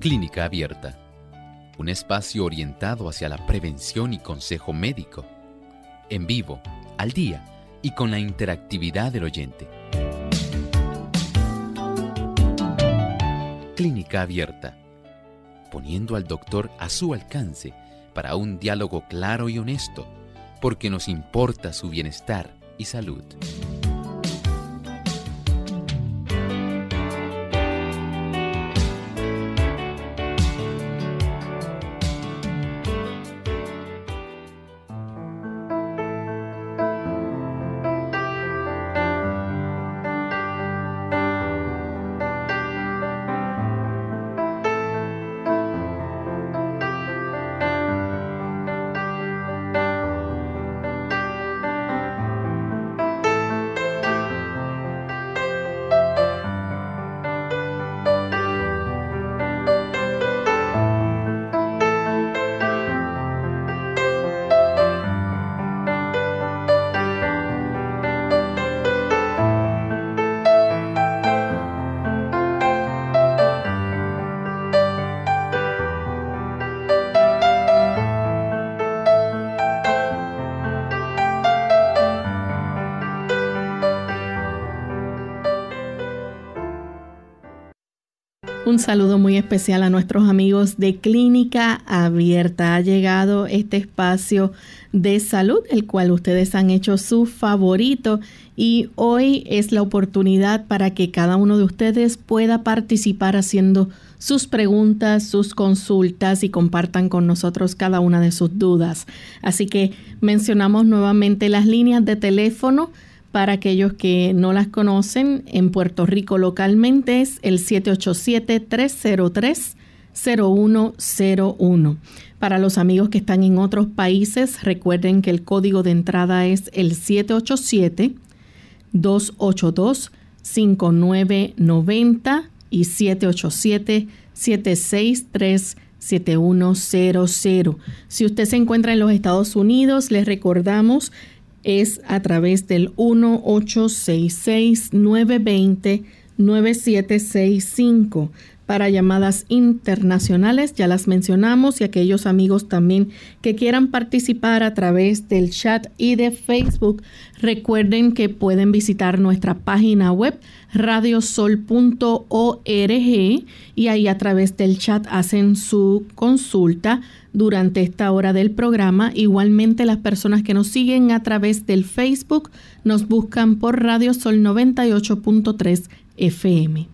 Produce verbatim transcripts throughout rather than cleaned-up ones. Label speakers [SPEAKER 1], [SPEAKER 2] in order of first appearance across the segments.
[SPEAKER 1] Clínica Abierta, un espacio orientado hacia la prevención y consejo médico, en vivo, al día y con la interactividad del oyente. Clínica Abierta, poniendo al doctor a su alcance para un diálogo claro y honesto, porque nos importa su bienestar y salud.
[SPEAKER 2] Un saludo muy especial a nuestros amigos de Clínica Abierta. Ha llegado este espacio de salud, el cual ustedes han hecho su favorito, y hoy es la oportunidad para que cada uno de ustedes pueda participar haciendo sus preguntas, sus consultas y compartan con nosotros cada una de sus dudas. Así que mencionamos nuevamente las líneas de teléfono. Para aquellos que no las conocen, en Puerto Rico localmente es el siete ocho siete, tres cero tres, cero uno cero uno. Para los amigos que están en otros países, recuerden que el código de entrada es el siete ocho siete, dos ocho dos, cinco nueve nueve cero y siete ocho siete, siete seis tres, siete uno cero cero. Si usted se encuentra en los Estados Unidos, les recordamos es a través del uno ocho seis seis, nueve dos cero, nueve siete seis cinco. Para llamadas internacionales, ya las mencionamos, y aquellos amigos también que quieran participar a través del chat y de Facebook, recuerden que pueden visitar nuestra página web radiosol punto org y ahí a través del chat hacen su consulta durante esta hora del programa. Igualmente, las personas que nos siguen a través del Facebook nos buscan por Radio Sol noventa y ocho punto tres F M.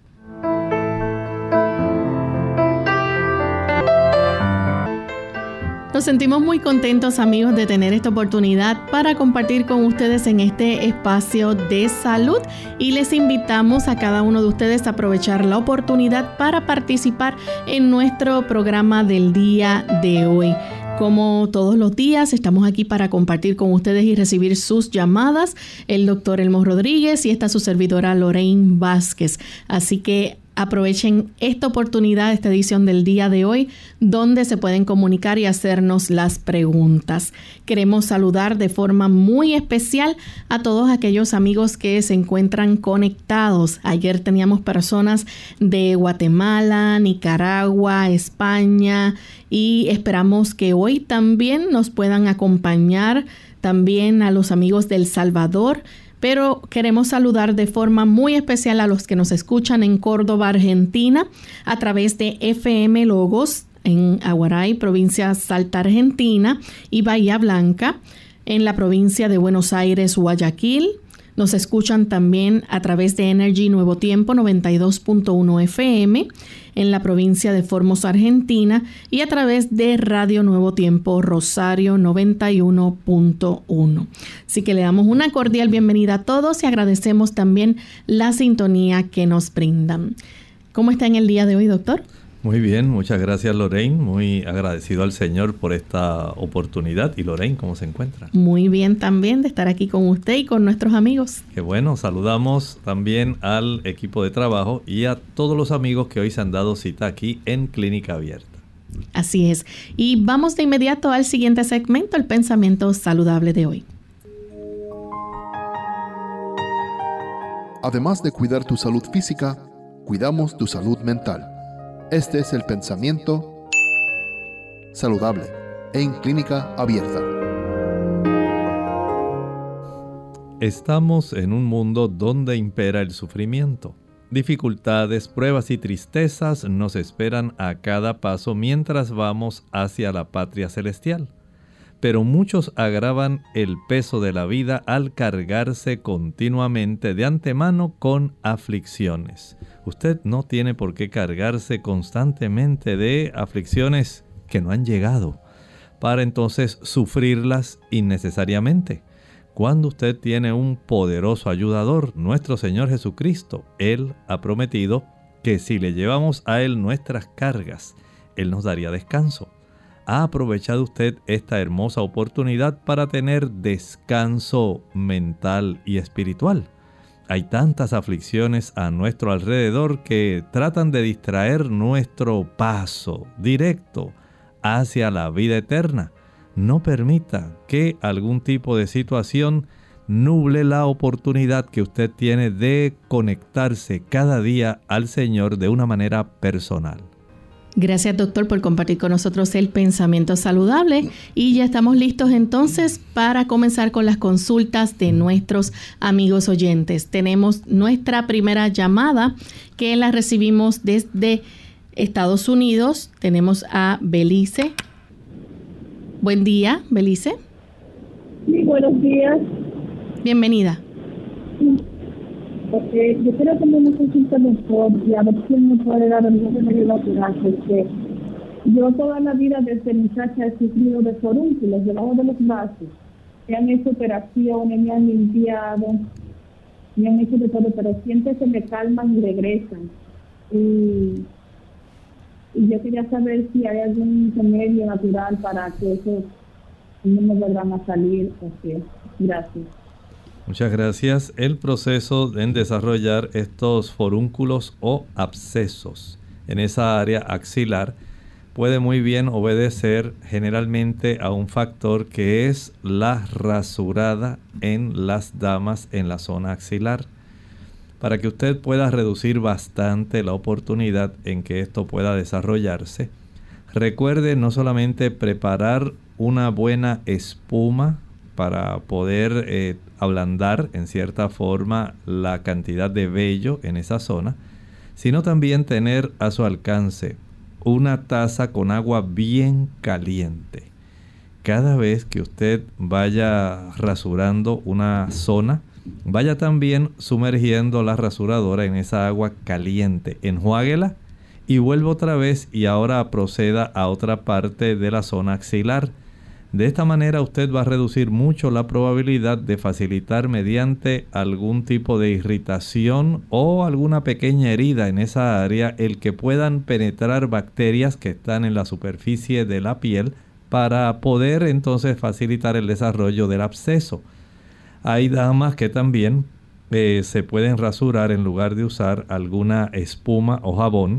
[SPEAKER 2] Nos sentimos muy contentos, amigos, de tener esta oportunidad para compartir con ustedes en este espacio de salud, y les invitamos a cada uno de ustedes a aprovechar la oportunidad para participar en nuestro programa del día de hoy. Como todos los días, estamos aquí para compartir con ustedes y recibir sus llamadas, el doctor Elmo Rodríguez y esta su servidora Lorraine Vázquez. Así que aprovechen esta oportunidad, esta edición del día de hoy, donde se pueden comunicar y hacernos las preguntas. Queremos saludar de forma muy especial a todos aquellos amigos que se encuentran conectados. Ayer teníamos personas de Guatemala, Nicaragua, España, y esperamos que hoy también nos puedan acompañar, también a los amigos de El Salvador. Pero queremos saludar de forma muy especial a los que nos escuchan en Córdoba, Argentina, a través de F M Logos en Aguaray, provincia Salta, Argentina, y Bahía Blanca, en la provincia de Buenos Aires, Guayaquil. Nos escuchan también a través de Energy Nuevo Tiempo noventa y dos punto uno F M en la provincia de Formosa, Argentina, y a través de Radio Nuevo Tiempo Rosario noventa y uno punto uno. Así que le damos una cordial bienvenida a todos y agradecemos también la sintonía que nos brindan. ¿Cómo está en el día de hoy, doctor?
[SPEAKER 3] Muy bien, muchas gracias, Lorraine. Muy agradecido al Señor por esta oportunidad. ¿Y Lorraine, cómo se encuentra?
[SPEAKER 2] Muy bien también de estar aquí con usted y con nuestros amigos.
[SPEAKER 3] Qué bueno, saludamos también al equipo de trabajo y a todos los amigos que hoy se han dado cita aquí en Clínica Abierta.
[SPEAKER 2] Así es. Y vamos de inmediato al siguiente segmento, el pensamiento saludable de hoy.
[SPEAKER 4] Además de cuidar tu salud física, cuidamos tu salud mental. Este es el pensamiento saludable en Clínica Abierta.
[SPEAKER 3] Estamos en un mundo donde impera el sufrimiento. Dificultades, pruebas y tristezas nos esperan a cada paso mientras vamos hacia la patria celestial. Pero muchos agravan el peso de la vida al cargarse continuamente de antemano con aflicciones. Usted no tiene por qué cargarse constantemente de aflicciones que no han llegado, para entonces sufrirlas innecesariamente. Cuando usted tiene un poderoso ayudador, nuestro Señor Jesucristo, Él ha prometido que si le llevamos a Él nuestras cargas, Él nos daría descanso. ¿Ha aprovechado usted esta hermosa oportunidad para tener descanso mental y espiritual? Hay tantas aflicciones a nuestro alrededor que tratan de distraer nuestro paso directo hacia la vida eterna. No permita que algún tipo de situación nuble la oportunidad que usted tiene de conectarse cada día al Señor de una manera personal.
[SPEAKER 2] Gracias, doctor, por compartir con nosotros el pensamiento saludable. Y ya estamos listos entonces para comenzar con las consultas de nuestros amigos oyentes. Tenemos nuestra primera llamada que la recibimos desde Estados Unidos. Tenemos a Belice. Buen día, Belice.
[SPEAKER 5] Sí, buenos días.
[SPEAKER 2] Bienvenida.
[SPEAKER 5] Porque yo quiero tener una consulta mejor y a ver si me puede dar algún remedio natural, porque yo toda la vida desde muchacha he sufrido de forúnculos debajo de los brazos. Me han hecho operaciones, me han limpiado, me han hecho de todo, pero siempre se me calman y regresan. Y, y yo quería saber si hay algún remedio natural para que eso no me vuelvan a salir. Okay. Gracias.
[SPEAKER 3] Muchas gracias. El proceso en desarrollar estos forúnculos o abscesos en esa área axilar puede muy bien obedecer generalmente a un factor que es la rasurada en las damas en la zona axilar. Para que usted pueda reducir bastante la oportunidad en que esto pueda desarrollarse, recuerde no solamente preparar una buena espuma para poder eh, ablandar en cierta forma la cantidad de vello en esa zona, sino también tener a su alcance una taza con agua bien caliente. Cada vez que usted vaya rasurando una zona, vaya también sumergiendo la rasuradora en esa agua caliente. Enjuáguela y vuelva otra vez y ahora proceda a otra parte de la zona axilar. De esta manera usted va a reducir mucho la probabilidad de facilitar mediante algún tipo de irritación o alguna pequeña herida en esa área el que puedan penetrar bacterias que están en la superficie de la piel para poder entonces facilitar el desarrollo del absceso. Hay damas que también eh, se pueden rasurar en lugar de usar alguna espuma o jabón.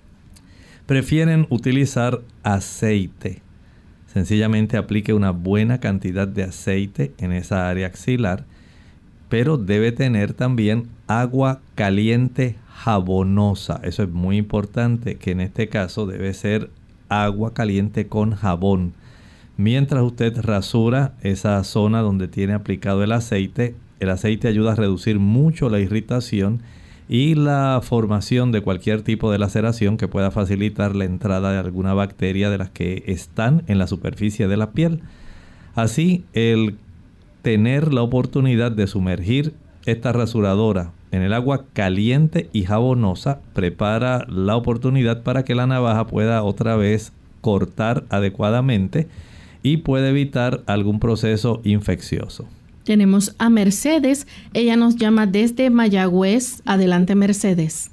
[SPEAKER 3] Prefieren utilizar aceite. Sencillamente aplique una buena cantidad de aceite en esa área axilar, pero debe tener también agua caliente jabonosa. Eso es muy importante, que en este caso debe ser agua caliente con jabón. Mientras usted rasura esa zona donde tiene aplicado el aceite, el aceite ayuda a reducir mucho la irritación y la formación de cualquier tipo de laceración que pueda facilitar la entrada de alguna bacteria de las que están en la superficie de la piel. Así, el tener la oportunidad de sumergir esta rasuradora en el agua caliente y jabonosa prepara la oportunidad para que la navaja pueda otra vez cortar adecuadamente y puede evitar algún proceso infeccioso.
[SPEAKER 2] Tenemos a Mercedes. Ella nos llama desde Mayagüez. Adelante, Mercedes.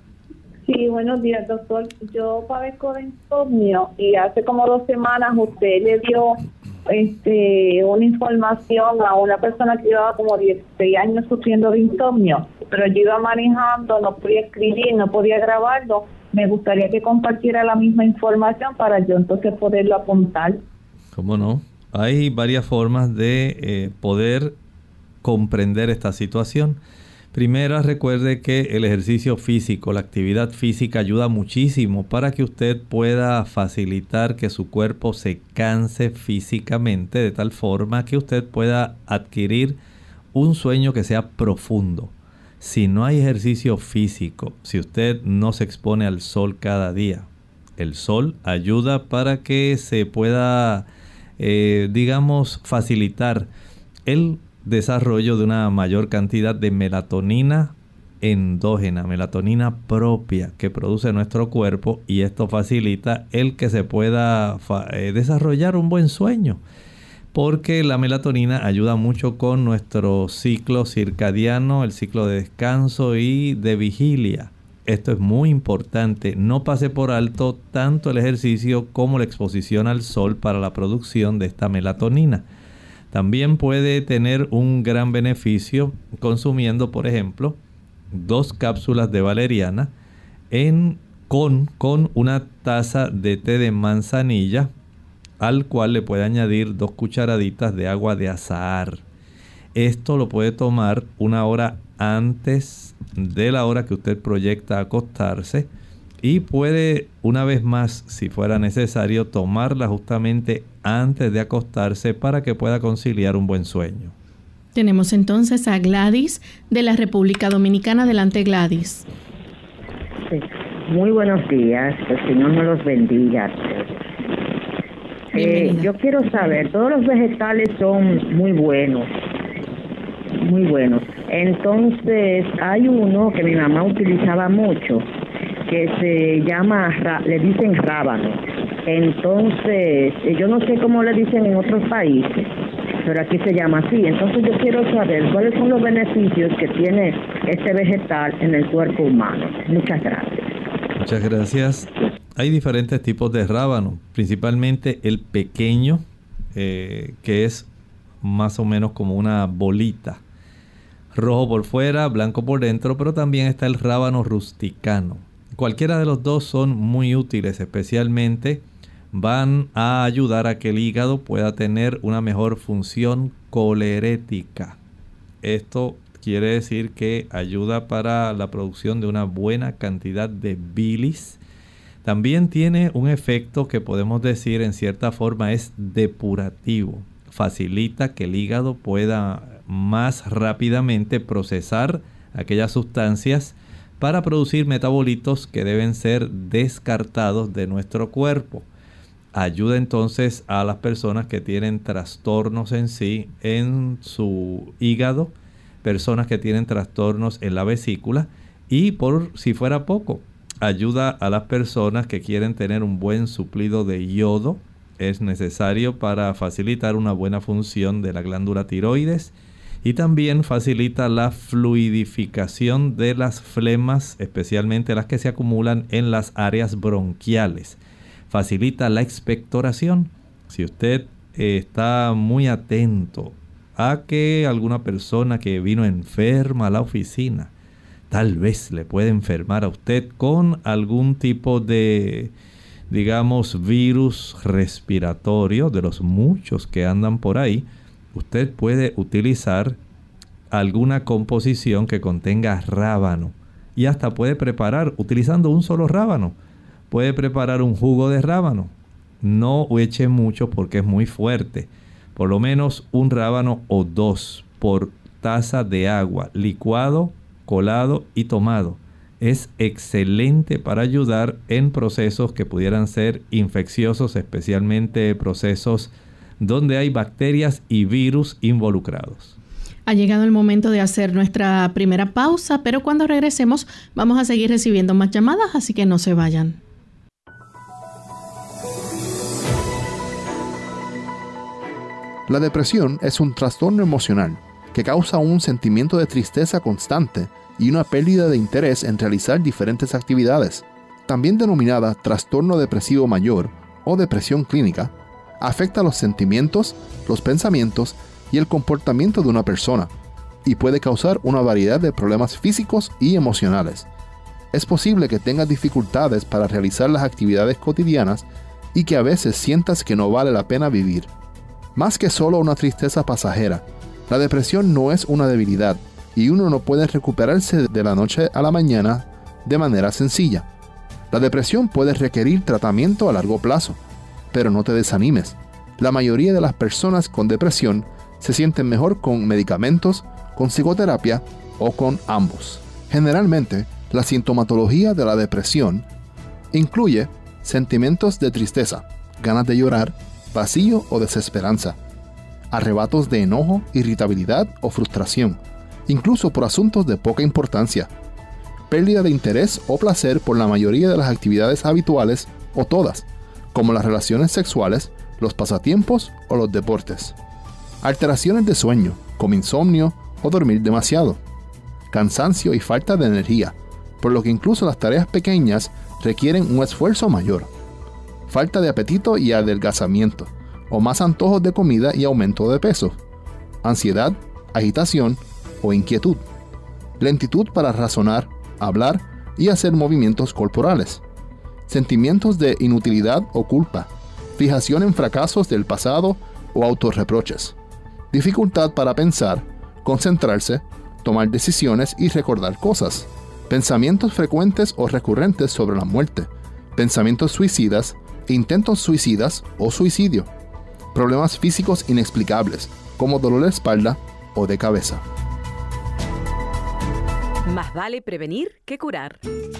[SPEAKER 5] Sí, buenos días, doctor. Yo padezco de insomnio y hace como dos semanas usted le dio este una información a una persona que llevaba como dieciséis años sufriendo de insomnio, pero yo iba manejando, no podía escribir, no podía grabarlo. Me gustaría que compartiera la misma información para yo entonces poderlo apuntar.
[SPEAKER 3] ¿Cómo no? Hay varias formas de eh, poder comprender esta situación. Primera, recuerde que el ejercicio físico, la actividad física ayuda muchísimo para que usted pueda facilitar que su cuerpo se canse físicamente de tal forma que usted pueda adquirir un sueño que sea profundo. Si no hay ejercicio físico, si usted no se expone al sol cada día, el sol ayuda para que se pueda, eh, digamos, facilitar el desarrollo de una mayor cantidad de melatonina endógena, melatonina propia que produce nuestro cuerpo, y esto facilita el que se pueda eh, desarrollar un buen sueño, porque la melatonina ayuda mucho con nuestro ciclo circadiano, el ciclo de descanso y de vigilia. Esto es muy importante. No pase por alto tanto el ejercicio como la exposición al sol para la producción de esta melatonina. También puede tener un gran beneficio consumiendo, por ejemplo, dos cápsulas de valeriana en, con, con una taza de té de manzanilla, al cual le puede añadir dos cucharaditas de agua de azahar. Esto lo puede tomar una hora antes de la hora que usted proyecta acostarse, y puede, una vez más, si fuera necesario, tomarla justamente antes de acostarse para que pueda conciliar un buen sueño.
[SPEAKER 2] Tenemos entonces a Gladys de la República Dominicana. Adelante, Gladys.
[SPEAKER 6] Sí. Muy buenos días, que el Señor nos los bendiga. Eh, yo quiero saber, todos los vegetales son muy buenos, muy buenos. Entonces, hay uno que mi mamá utilizaba mucho, que se llama, le dicen rábano. Entonces, yo no sé cómo le dicen en otros países, pero aquí se llama así. Entonces yo quiero saber cuáles son los beneficios que tiene este vegetal en el cuerpo humano. Muchas gracias.
[SPEAKER 3] Muchas gracias. Hay diferentes tipos de rábano, principalmente el pequeño, eh, que es más o menos como una bolita. Rojo por fuera, blanco por dentro, pero también está el rábano rusticano. Cualquiera de los dos son muy útiles, especialmente van a ayudar a que el hígado pueda tener una mejor función colerética. Esto quiere decir que ayuda para la producción de una buena cantidad de bilis. También tiene un efecto que podemos decir en cierta forma es depurativo. Facilita que el hígado pueda más rápidamente procesar aquellas sustancias para producir metabolitos que deben ser descartados de nuestro cuerpo. Ayuda entonces a las personas que tienen trastornos en sí, en su hígado, personas que tienen trastornos en la vesícula, y por si fuera poco, ayuda a las personas que quieren tener un buen suplido de yodo. Es necesario para facilitar una buena función de la glándula tiroides, y también facilita la fluidificación de las flemas, especialmente las que se acumulan en las áreas bronquiales. Facilita la expectoración. Si usted eh, está muy atento a que alguna persona que vino enferma a la oficina, tal vez le puede enfermar a usted con algún tipo de, digamos, virus respiratorio, de los muchos que andan por ahí, usted puede utilizar alguna composición que contenga rábano, y hasta puede preparar, utilizando un solo rábano, puede preparar un jugo de rábano. No eche mucho porque es muy fuerte. Por lo menos un rábano o dos por taza de agua, licuado, colado y tomado. Es excelente para ayudar en procesos que pudieran ser infecciosos, especialmente procesos donde hay bacterias y virus involucrados.
[SPEAKER 2] Ha llegado el momento de hacer nuestra primera pausa, pero cuando regresemos vamos a seguir recibiendo más llamadas, así que no se vayan.
[SPEAKER 4] La depresión es un trastorno emocional que causa un sentimiento de tristeza constante y una pérdida de interés en realizar diferentes actividades. También denominada trastorno depresivo mayor o depresión clínica, afecta los sentimientos, los pensamientos y el comportamiento de una persona, y puede causar una variedad de problemas físicos y emocionales. Es posible que tengas dificultades para realizar las actividades cotidianas y que a veces sientas que no vale la pena vivir. Más que solo una tristeza pasajera, la depresión no es una debilidad, y uno no puede recuperarse de la noche a la mañana de manera sencilla. La depresión puede requerir tratamiento a largo plazo, pero no te desanimes. La mayoría de las personas con depresión se sienten mejor con medicamentos, con psicoterapia o con ambos. Generalmente, la sintomatología de la depresión incluye sentimientos de tristeza, ganas de llorar, vacío o desesperanza, arrebatos de enojo, irritabilidad o frustración, incluso por asuntos de poca importancia, pérdida de interés o placer por la mayoría de las actividades habituales o todas, como las relaciones sexuales, los pasatiempos o los deportes, alteraciones de sueño, como insomnio o dormir demasiado, cansancio y falta de energía, por lo que incluso las tareas pequeñas requieren un esfuerzo mayor, falta de apetito y adelgazamiento, o más antojos de comida y aumento de peso, ansiedad, agitación o inquietud, lentitud para razonar, hablar y hacer movimientos corporales, sentimientos de inutilidad o culpa, fijación en fracasos del pasado o autorreproches, dificultad para pensar, concentrarse, tomar decisiones y recordar cosas, pensamientos frecuentes o recurrentes sobre la muerte, pensamientos suicidas, intentos suicidas o suicidio, problemas físicos inexplicables, como dolor de espalda o de cabeza.
[SPEAKER 7] Más vale prevenir que curar.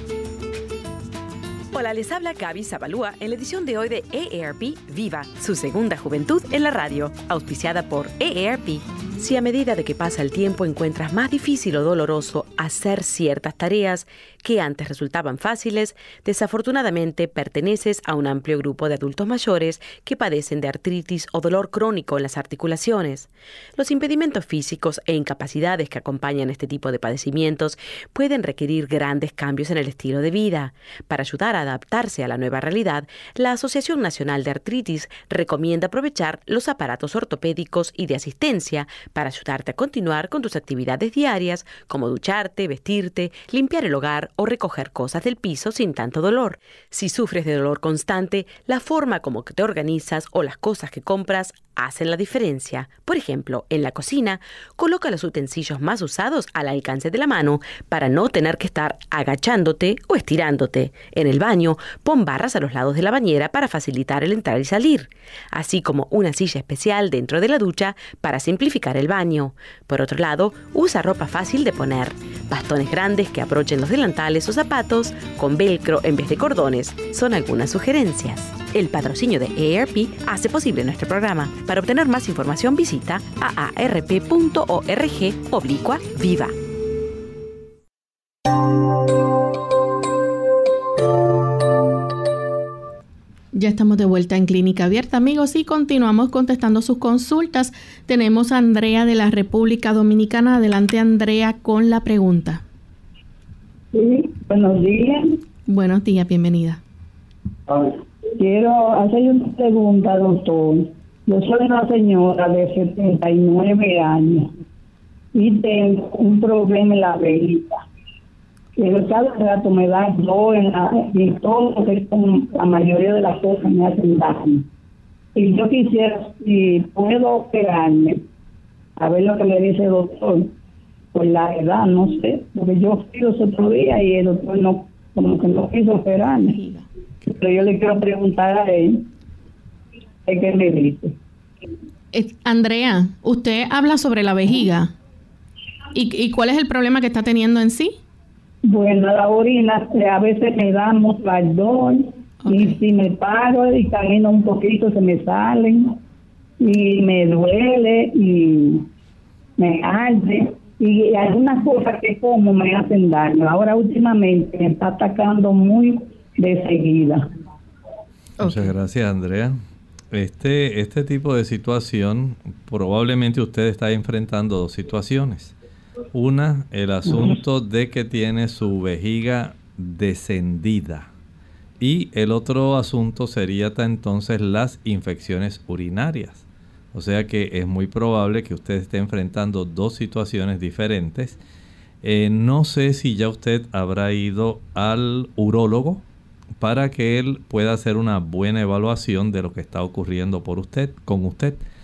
[SPEAKER 7] Hola, les habla Gaby Zabalúa en la edición de hoy de A A R P Viva, su segunda juventud en la radio, auspiciada por A A R P. Si a medida de que pasa el tiempo encuentras más difícil o doloroso hacer ciertas tareas que antes resultaban fáciles, desafortunadamente perteneces a un amplio grupo de adultos mayores que padecen de artritis o dolor crónico en las articulaciones. Los impedimentos físicos e incapacidades que acompañan este tipo de padecimientos pueden requerir grandes cambios en el estilo de vida. Para ayudar a adaptarse a la nueva realidad, la Asociación Nacional de Artritis recomienda aprovechar los aparatos ortopédicos y de asistencia para ayudarte a continuar con tus actividades diarias, como ducharte, vestirte, limpiar el hogar o recoger cosas del piso sin tanto dolor. Si sufres de dolor constante, la forma como te organizas o las cosas que compras hacen la diferencia. Por ejemplo, en la cocina, coloca los utensilios más usados al alcance de la mano para no tener que estar agachándote o estirándote. En el baño, pon barras a los lados de la bañera para facilitar el entrar y salir, así como una silla especial dentro de la ducha para simplificar el baño. Por otro lado, usa ropa fácil de poner, bastones grandes que abrochen los delantales o zapatos con velcro en vez de cordones. Son algunas sugerencias. El patrocinio de A A R P hace posible nuestro programa. Para obtener más información visita a a r p punto org oblicua viva.
[SPEAKER 2] Ya estamos de vuelta en Clínica Abierta, amigos, y continuamos contestando sus consultas. Tenemos a Andrea de la República Dominicana. Adelante, Andrea, con la pregunta.
[SPEAKER 5] Sí, buenos días.
[SPEAKER 2] Buenos días, bienvenida.
[SPEAKER 5] Quiero hacer una pregunta, doctor. Yo soy una señora de setenta y nueve años y tengo un problema en la vejiga. Pero cada rato me da dolor en la, y todo lo que es con la mayoría de las cosas me hacen daño. Y yo quisiera, si puedo operarme, a ver lo que me dice el doctor, por la edad, no sé, porque yo fui los otro día y el doctor no, como que no quiso operarme. Pero yo le quiero preguntar a él, ¿qué me dice?
[SPEAKER 2] Eh, Andrea, usted habla sobre la vejiga. ¿Y, ¿Y cuál es el problema que está teniendo en sí?
[SPEAKER 5] Bueno, la orina a veces me da mucho ardor, okay. Y si me paro y camino un poquito se me salen y me duele y me arde y algunas cosas que como me hacen daño. Ahora últimamente me está atacando muy de seguida.
[SPEAKER 3] Muchas gracias, Andrea. Este, este tipo de situación, probablemente usted está enfrentando dos situaciones. Una, el asunto de que tiene su vejiga descendida. Y el otro asunto sería entonces las infecciones urinarias. O sea que es muy probable que usted esté enfrentando dos situaciones diferentes. Eh, no sé si ya usted habrá ido al urólogo para que él pueda hacer una buena evaluación de lo que está ocurriendo por usted, con usted.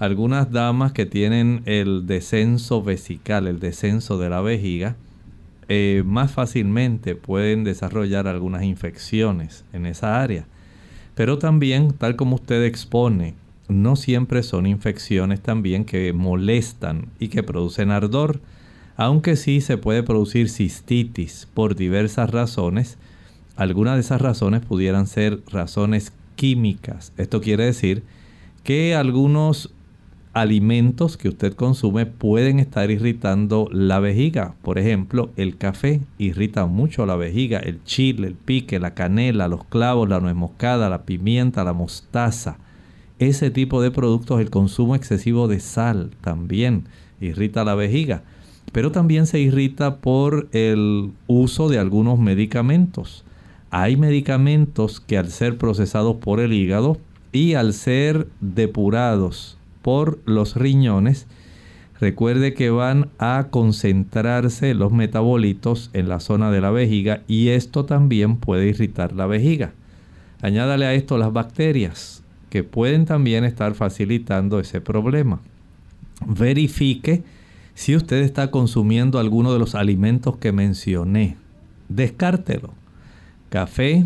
[SPEAKER 3] Algunas damas que tienen el descenso vesical, el descenso de la vejiga, eh, más fácilmente pueden desarrollar algunas infecciones en esa área. Pero también, tal como usted expone, no siempre son infecciones también que molestan y que producen ardor, aunque sí se puede producir cistitis por diversas razones. Algunas de esas razones pudieran ser razones químicas. Esto quiere decir que algunos alimentos que usted consume pueden estar irritando la vejiga. Por ejemplo, el café irrita mucho la vejiga, el chile, el pique, la canela, los clavos, la nuez moscada, la pimienta, la mostaza. Ese tipo de productos, el consumo excesivo de sal también irrita la vejiga. Pero también se irrita por el uso de algunos medicamentos. Hay medicamentos que al ser procesados por el hígado y al ser depurados por los riñones, recuerde que van a concentrarse los metabolitos en la zona de la vejiga y esto también puede irritar la vejiga. Añádale a esto las bacterias que pueden también estar facilitando ese problema. Verifique si usted está consumiendo alguno de los alimentos que mencioné. Descártelo. Café,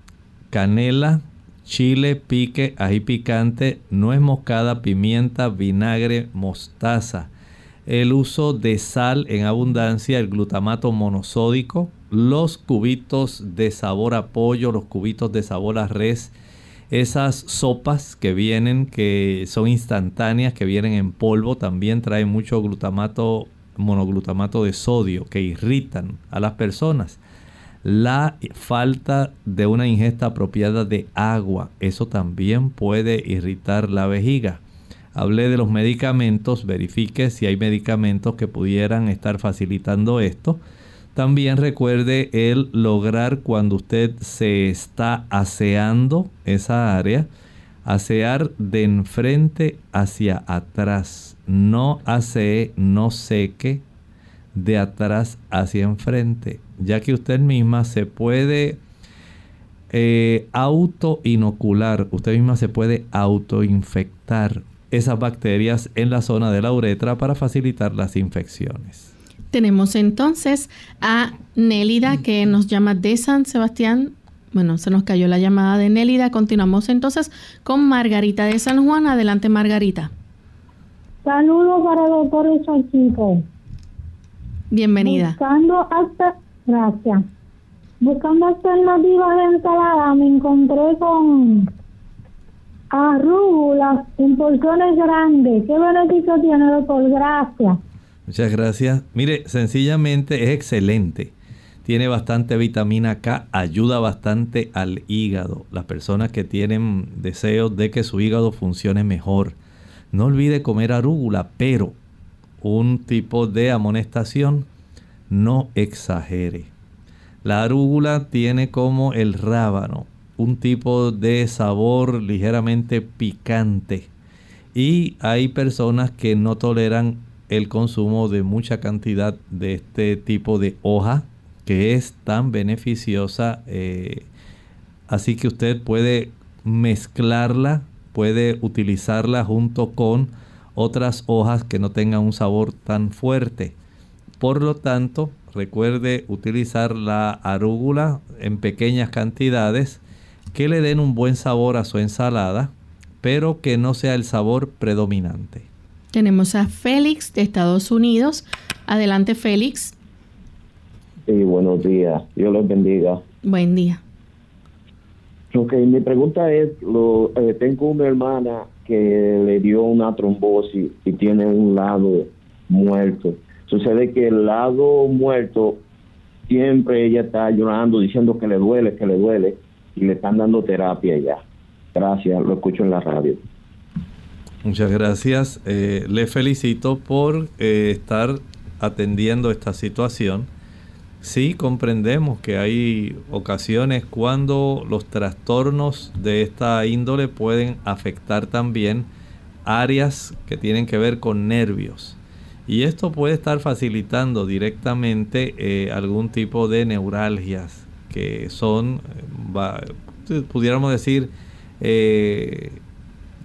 [SPEAKER 3] canela, chile, pique, ají picante, nuez moscada, pimienta, vinagre, mostaza. El uso de sal en abundancia, el glutamato monosódico, los cubitos de sabor a pollo, los cubitos de sabor a res, esas sopas que vienen, que son instantáneas, que vienen en polvo, también traen mucho glutamato, monoglutamato de sodio, que irritan a las personas. La falta de una ingesta apropiada de agua, eso también puede irritar la vejiga. Hablé de los medicamentos, verifique si hay medicamentos que pudieran estar facilitando esto. También recuerde el lograr cuando usted se está aseando esa área, asear de enfrente hacia atrás. No asee, no seque de atrás hacia enfrente, ya que usted misma se puede eh, auto-inocular, usted misma se puede auto-infectar esas bacterias en la zona de la uretra para facilitar las infecciones.
[SPEAKER 2] Tenemos entonces a Nélida que nos llama de San Sebastián. Bueno, se nos cayó la llamada de Nélida. Continuamos entonces con Margarita de San Juan. Adelante, Margarita.
[SPEAKER 8] Saludos para el doctor y su equipo.
[SPEAKER 2] Bienvenida.
[SPEAKER 8] Buscando hasta, gracias. Buscando alternativas de ensalada, me encontré con arúgulas en porciones grandes. ¿Qué beneficio tiene, doctor? Gracias.
[SPEAKER 3] Muchas gracias. Mire, sencillamente es excelente. Tiene bastante vitamina K, ayuda bastante al hígado. Las personas que tienen deseos de que su hígado funcione mejor. No olvide comer arúgula, pero un tipo de amonestación, no exagere. La arúgula tiene como el rábano un tipo de sabor ligeramente picante y hay personas que no toleran el consumo de mucha cantidad de este tipo de hoja que es tan beneficiosa, eh, así que usted puede mezclarla, puede utilizarla junto con otras hojas que no tengan un sabor tan fuerte. Por lo tanto, recuerde utilizar la arúgula en pequeñas cantidades que le den un buen sabor a su ensalada, pero que no sea el sabor predominante.
[SPEAKER 2] Tenemos a Félix de Estados Unidos. Adelante, Félix.
[SPEAKER 9] Sí, buenos días. Dios los bendiga.
[SPEAKER 2] Buen día.
[SPEAKER 9] Ok, mi pregunta es, lo, eh, tengo una hermana que le dio una trombosis y tiene un lado muerto. Sucede que el lado muerto, siempre ella está llorando, diciendo que le duele, que le duele, y le están dando terapia ya. Gracias, lo escucho en la radio.
[SPEAKER 3] Muchas gracias. Eh, le felicito por eh, estar atendiendo esta situación. Sí, comprendemos que hay ocasiones cuando los trastornos de esta índole pueden afectar también áreas que tienen que ver con nervios. Y esto puede estar facilitando directamente eh, algún tipo de neuralgias que son, va, pudiéramos decir, eh,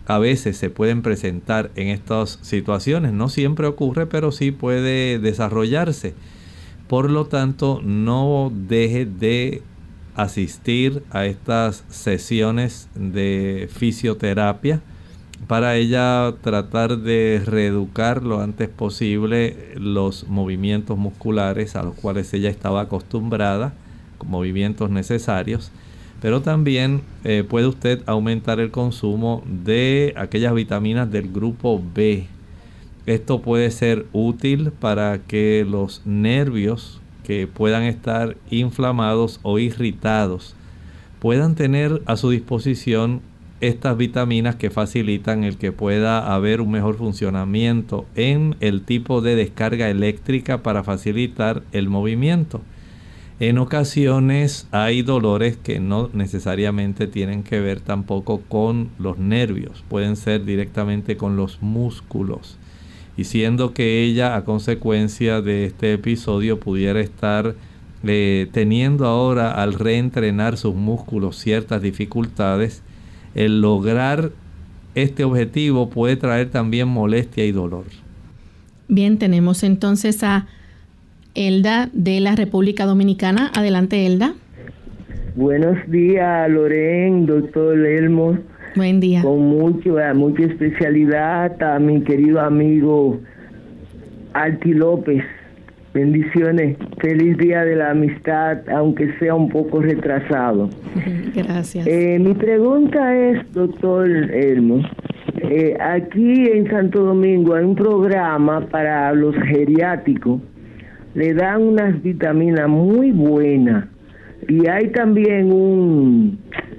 [SPEAKER 3] a veces se pueden presentar en estas situaciones. No siempre ocurre, pero sí puede desarrollarse. Por lo tanto, no deje de asistir a estas sesiones de fisioterapia para ella tratar de reeducar lo antes posible los movimientos musculares a los cuales ella estaba acostumbrada, movimientos necesarios. Pero también eh, puede usted aumentar el consumo de aquellas vitaminas del grupo B. Esto puede ser útil para que los nervios que puedan estar inflamados o irritados puedan tener a su disposición estas vitaminas que facilitan el que pueda haber un mejor funcionamiento en el tipo de descarga eléctrica para facilitar el movimiento. En ocasiones hay dolores que no necesariamente tienen que ver tampoco con los nervios, pueden ser directamente con los músculos. Y siendo que ella, a consecuencia de este episodio, pudiera estar eh, teniendo ahora al reentrenar sus músculos ciertas dificultades, el lograr este objetivo puede traer también molestia y dolor.
[SPEAKER 2] Bien, tenemos entonces a Elda de la República Dominicana. Adelante, Elda.
[SPEAKER 10] Buenos días, Loren, doctor Elmo.
[SPEAKER 2] Buen día.
[SPEAKER 10] Con mucho, mucha especialidad a mi querido amigo Alti López. Bendiciones. Feliz Día de la Amistad, aunque sea un poco retrasado.
[SPEAKER 2] Gracias.
[SPEAKER 10] Eh, mi pregunta es, doctor Elmo, eh, aquí en Santo Domingo hay un programa para los geriátricos. Le dan unas vitaminas muy buenas y hay también un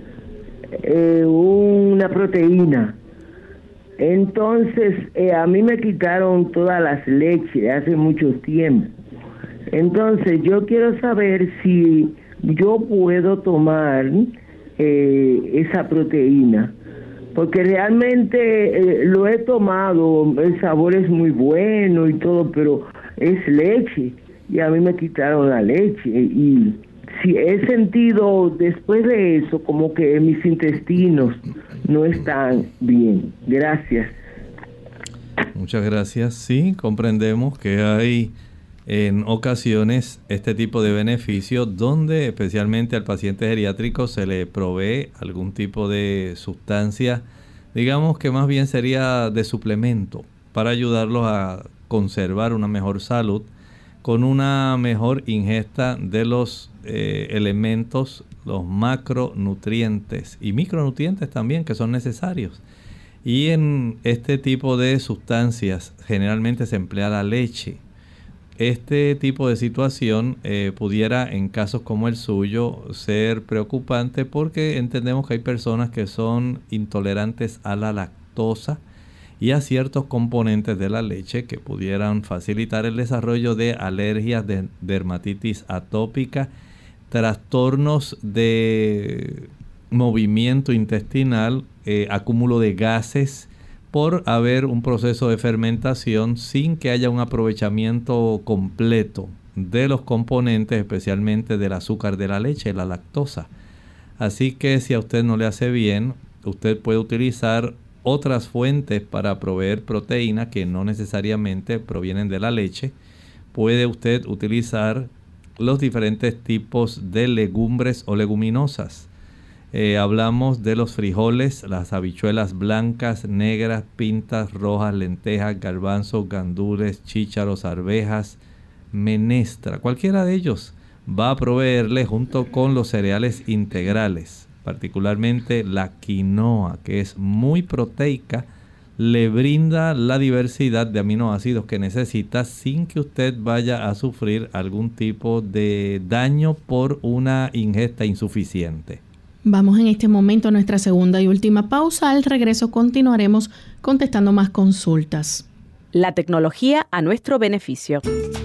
[SPEAKER 10] eh, una proteína. Entonces eh, a mí me quitaron todas las leches hace mucho tiempo. Entonces yo quiero saber si yo puedo tomar eh, esa proteína, porque realmente eh, lo he tomado, el sabor es muy bueno y todo, pero es leche y a mí me quitaron la leche y si he sentido después de eso como que mis intestinos no están bien. Gracias.
[SPEAKER 3] Muchas gracias. Sí, comprendemos que hay en ocasiones este tipo de beneficios donde especialmente al paciente geriátrico se le provee algún tipo de sustancia, digamos que más bien sería de suplemento, para ayudarlos a conservar una mejor salud con una mejor ingesta de los eh, elementos, los macronutrientes y micronutrientes también que son necesarios. Y en este tipo de sustancias generalmente se emplea la leche. Este tipo de situación eh, pudiera en casos como el suyo ser preocupante porque entendemos que hay personas que son intolerantes a la lactosa y a ciertos componentes de la leche que pudieran facilitar el desarrollo de alergias, de dermatitis atópica, trastornos de movimiento intestinal, eh, acúmulo de gases, por haber un proceso de fermentación sin que haya un aprovechamiento completo de los componentes, especialmente del azúcar de la leche, la lactosa. Así que si a usted no le hace bien, usted puede utilizar otras fuentes para proveer proteína que no necesariamente provienen de la leche. Puede usted utilizar los diferentes tipos de legumbres o leguminosas. Eh, hablamos de los frijoles, las habichuelas blancas, negras, pintas, rojas, lentejas, garbanzos, gandules, chícharos, arvejas, menestra. Cualquiera de ellos va a proveerle junto con los cereales integrales, particularmente la quinoa, que es muy proteica, le brinda la diversidad de aminoácidos que necesita sin que usted vaya a sufrir algún tipo de daño por una ingesta insuficiente.
[SPEAKER 2] Vamos en este momento a nuestra segunda y última pausa. Al regreso continuaremos contestando más consultas.
[SPEAKER 7] La tecnología a nuestro beneficio.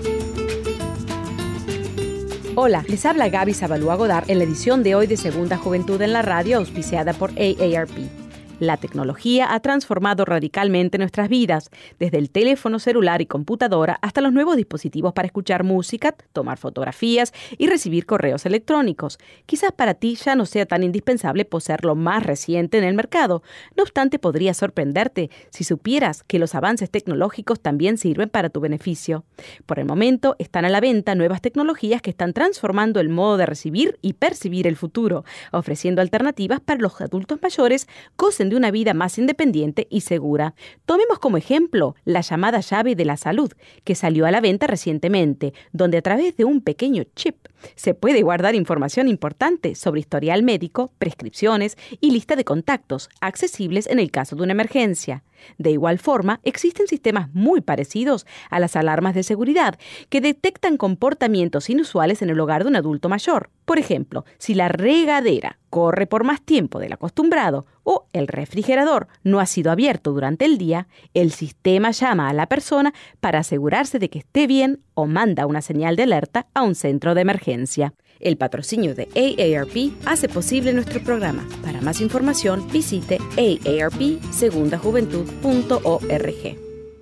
[SPEAKER 7] Hola, les habla Gaby Zabalúa Godard en la edición de hoy de Segunda Juventud en la Radio, auspiciada por A A R P. La tecnología ha transformado radicalmente nuestras vidas, desde el teléfono celular y computadora hasta los nuevos dispositivos para escuchar música, tomar fotografías y recibir correos electrónicos. Quizás para ti ya no sea tan indispensable poseer lo más reciente en el mercado. No obstante, podría sorprenderte si supieras que los avances tecnológicos también sirven para tu beneficio. Por el momento, están a la venta nuevas tecnologías que están transformando el modo de recibir y percibir el futuro, ofreciendo alternativas para los adultos mayores gocen de una vida más independiente y segura. Tomemos como ejemplo la llamada llave de la salud, que salió a la venta recientemente, donde a través de un pequeño chip se puede guardar información importante sobre historial médico, prescripciones y lista de contactos, accesibles en el caso de una emergencia. De igual forma, existen sistemas muy parecidos a las alarmas de seguridad que detectan comportamientos inusuales en el hogar de un adulto mayor. Por ejemplo, si la regadera corre por más tiempo del acostumbrado o el refrigerador no ha sido abierto durante el día, el sistema llama a la persona para asegurarse de que esté bien o manda una señal de alerta a un centro de emergencia. El patrocinio de A A R P hace posible nuestro programa. Para más información, visite a a r p segunda juventud punto org.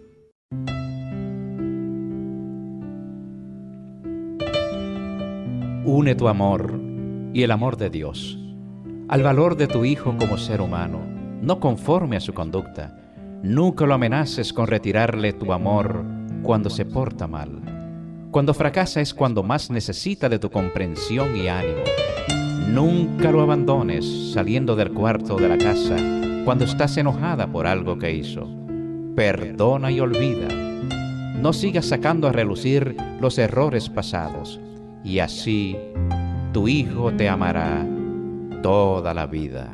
[SPEAKER 11] Une tu amor y el amor de Dios al valor de tu hijo como ser humano, no conforme a su conducta. Nunca lo amenaces con retirarle tu amor cuando se porta mal. Cuando fracasa es cuando más necesita de tu comprensión y ánimo. Nunca lo abandones saliendo del cuarto de la casa cuando estás enojada por algo que hizo. Perdona y olvida. No sigas sacando a relucir los errores pasados. Y así tu hijo te amará toda la vida.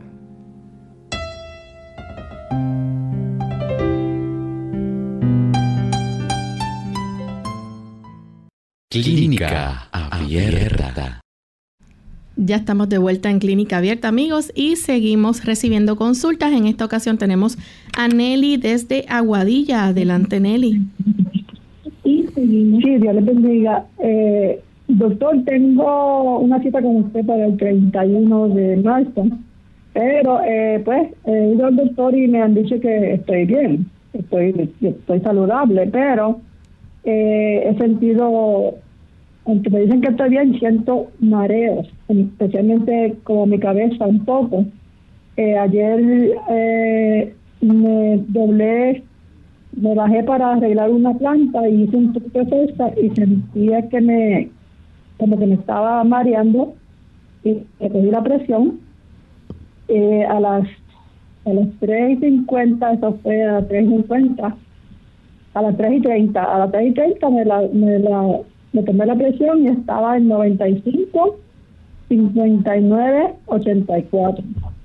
[SPEAKER 1] Clínica Abierta.
[SPEAKER 2] Ya estamos de vuelta en Clínica Abierta, amigos, y seguimos recibiendo consultas. En esta ocasión tenemos a Nelly desde Aguadilla. Adelante, Nelly.
[SPEAKER 5] Sí, Dios les bendiga. Eh, doctor, tengo una cita con usted para el treinta y uno de marzo, pero eh, pues he ido al doctor y me han dicho que estoy bien, estoy, estoy saludable, pero eh, he sentido, aunque me dicen que estoy bien, siento mareos, especialmente como mi cabeza un poco. Eh, ayer eh, me doblé, me bajé para arreglar una planta y hice un poco de fuerza y sentía que me, como que me estaba mareando y me cogí la presión. Eh, a las a las tres y cincuenta, eso fue a las tres y cincuenta, a las tres y treinta, a las tres y treinta me la, me la, me tomé la presión y estaba en noventa y cinco, cincuenta y nueve, ochenta y cuatro.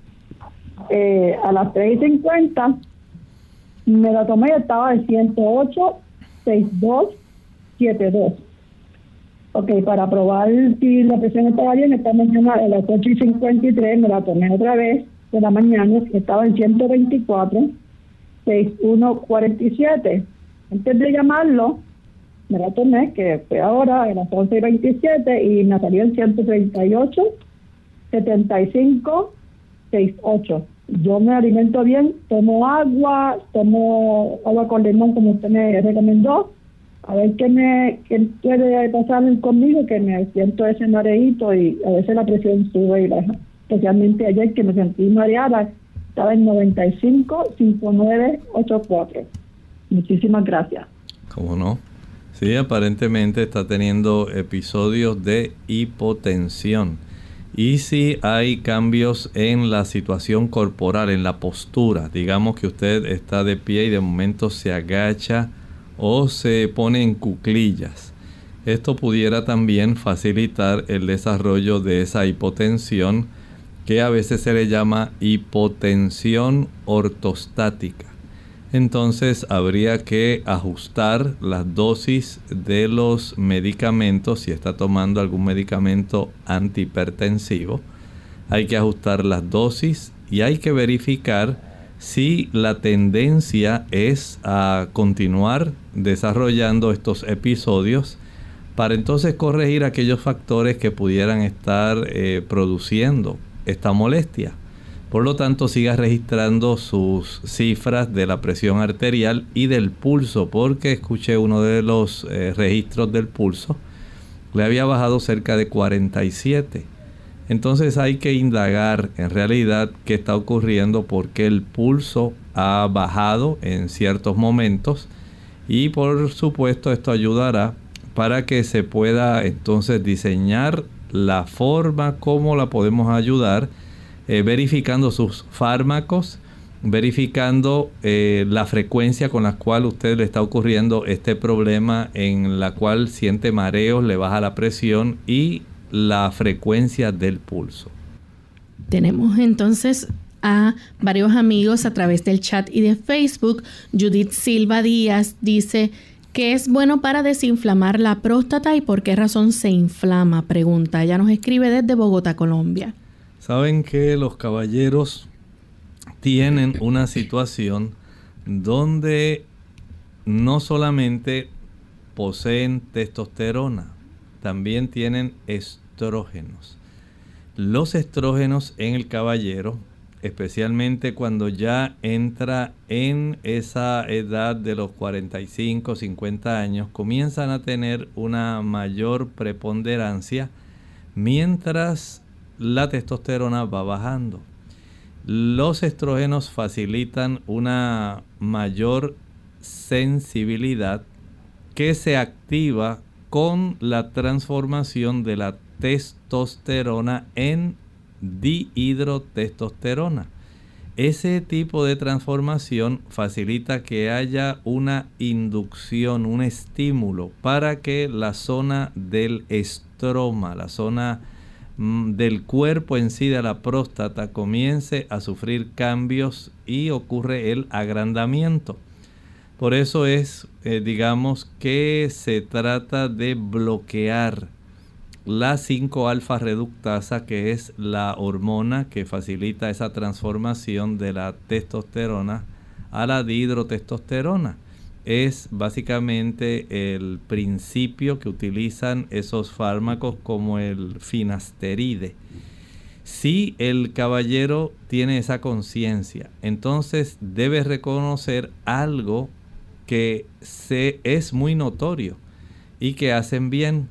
[SPEAKER 5] Eh, a las tres y cincuenta me la tomé y estaba en ciento ocho, sesenta y dos, setenta y dos. Ok, para probar si la presión estaba bien, esta mañana a las ocho y cincuenta y tres me la tomé otra vez de la mañana, que estaba en ciento veinticuatro, sesenta y uno, cuarenta y siete. Antes de llamarlo, me la tomé, que fue ahora a las once y veintisiete, y me salió en ciento treinta y ocho, setenta y cinco, sesenta y ocho. Yo me alimento bien, tomo agua, tomo agua con limón como usted me recomendó. A ver qué me qué puede pasar conmigo, que me siento ese mareíto y a veces la presión sube y baja. Especialmente ayer que me sentí mareada, estaba en noventa y cinco, cincuenta y nueve, ochenta y cuatro. Muchísimas gracias.
[SPEAKER 3] ¿Cómo no? Sí, aparentemente está teniendo episodios de hipotensión. Y si hay cambios en la situación corporal, en la postura, digamos que usted está de pie y de momento se agacha o se pone en cuclillas, esto pudiera también facilitar el desarrollo de esa hipotensión, que a veces se le llama hipotensión ortostática. Entonces habría que ajustar las dosis de los medicamentos. Si está tomando algún medicamento antihipertensivo, hay que ajustar las dosis y hay que verificar si la tendencia es a continuar desarrollando estos episodios, para entonces corregir aquellos factores que pudieran estar eh, produciendo esta molestia. Por lo tanto, siga registrando sus cifras de la presión arterial y del pulso, porque escuché uno de los eh, registros del pulso, le había bajado cerca de cuarenta y siete. Entonces hay que indagar en realidad qué está ocurriendo, por qué el pulso ha bajado en ciertos momentos, y por supuesto esto ayudará para que se pueda entonces diseñar la forma como la podemos ayudar, eh, verificando sus fármacos, verificando eh, la frecuencia con la cual usted le está ocurriendo este problema, en la cual siente mareos, le baja la presión y la frecuencia del pulso.
[SPEAKER 2] Tenemos entonces a varios amigos a través del chat y de Facebook. Judith Silva Díaz dice que es bueno para desinflamar la próstata y por qué razón se inflama, pregunta. Ella nos escribe desde Bogotá, Colombia.
[SPEAKER 3] Saben que los caballeros tienen una situación donde no solamente poseen testosterona, también tienen estrógenos. Los estrógenos en el caballero, especialmente cuando ya entra en esa edad de los cuarenta y cinco, cincuenta años, comienzan a tener una mayor preponderancia mientras la testosterona va bajando. Los estrógenos facilitan una mayor sensibilidad que se activa con la transformación de la testosterona en dihidrotestosterona. Ese tipo de transformación facilita que haya una inducción, un estímulo para que la zona del estroma, la zona mm, del cuerpo en sí de la próstata, comience a sufrir cambios y ocurre el agrandamiento. Por eso es, eh, digamos, que se trata de bloquear la cinco alfa reductasa, que es la hormona que facilita esa transformación de la testosterona a la dihidrotestosterona. Es básicamente el principio que utilizan esos fármacos como el finasteride. Si el caballero tiene esa conciencia, entonces debe reconocer algo que se, es muy notorio y que hacen bien.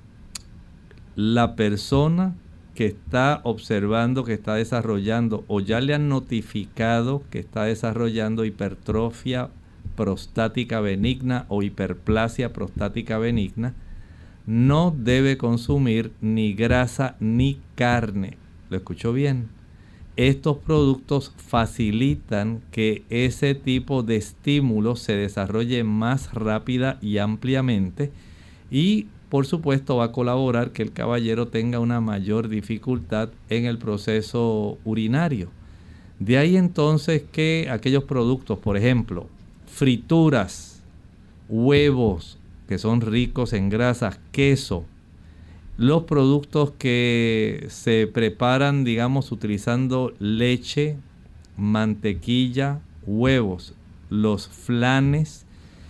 [SPEAKER 3] La persona que está observando, que está desarrollando o ya le han notificado que está desarrollando hipertrofia prostática benigna o hiperplasia prostática benigna, no debe consumir ni grasa ni carne. ¿Lo escuchó bien? Estos productos facilitan que ese tipo de estímulo se desarrolle más rápida y ampliamente, y por supuesto va a colaborar que el caballero tenga una mayor dificultad en el proceso urinario. De ahí entonces que aquellos productos, por ejemplo, frituras, huevos que son ricos en grasas, queso, los productos que se preparan, digamos, utilizando leche, mantequilla, huevos, los flanes,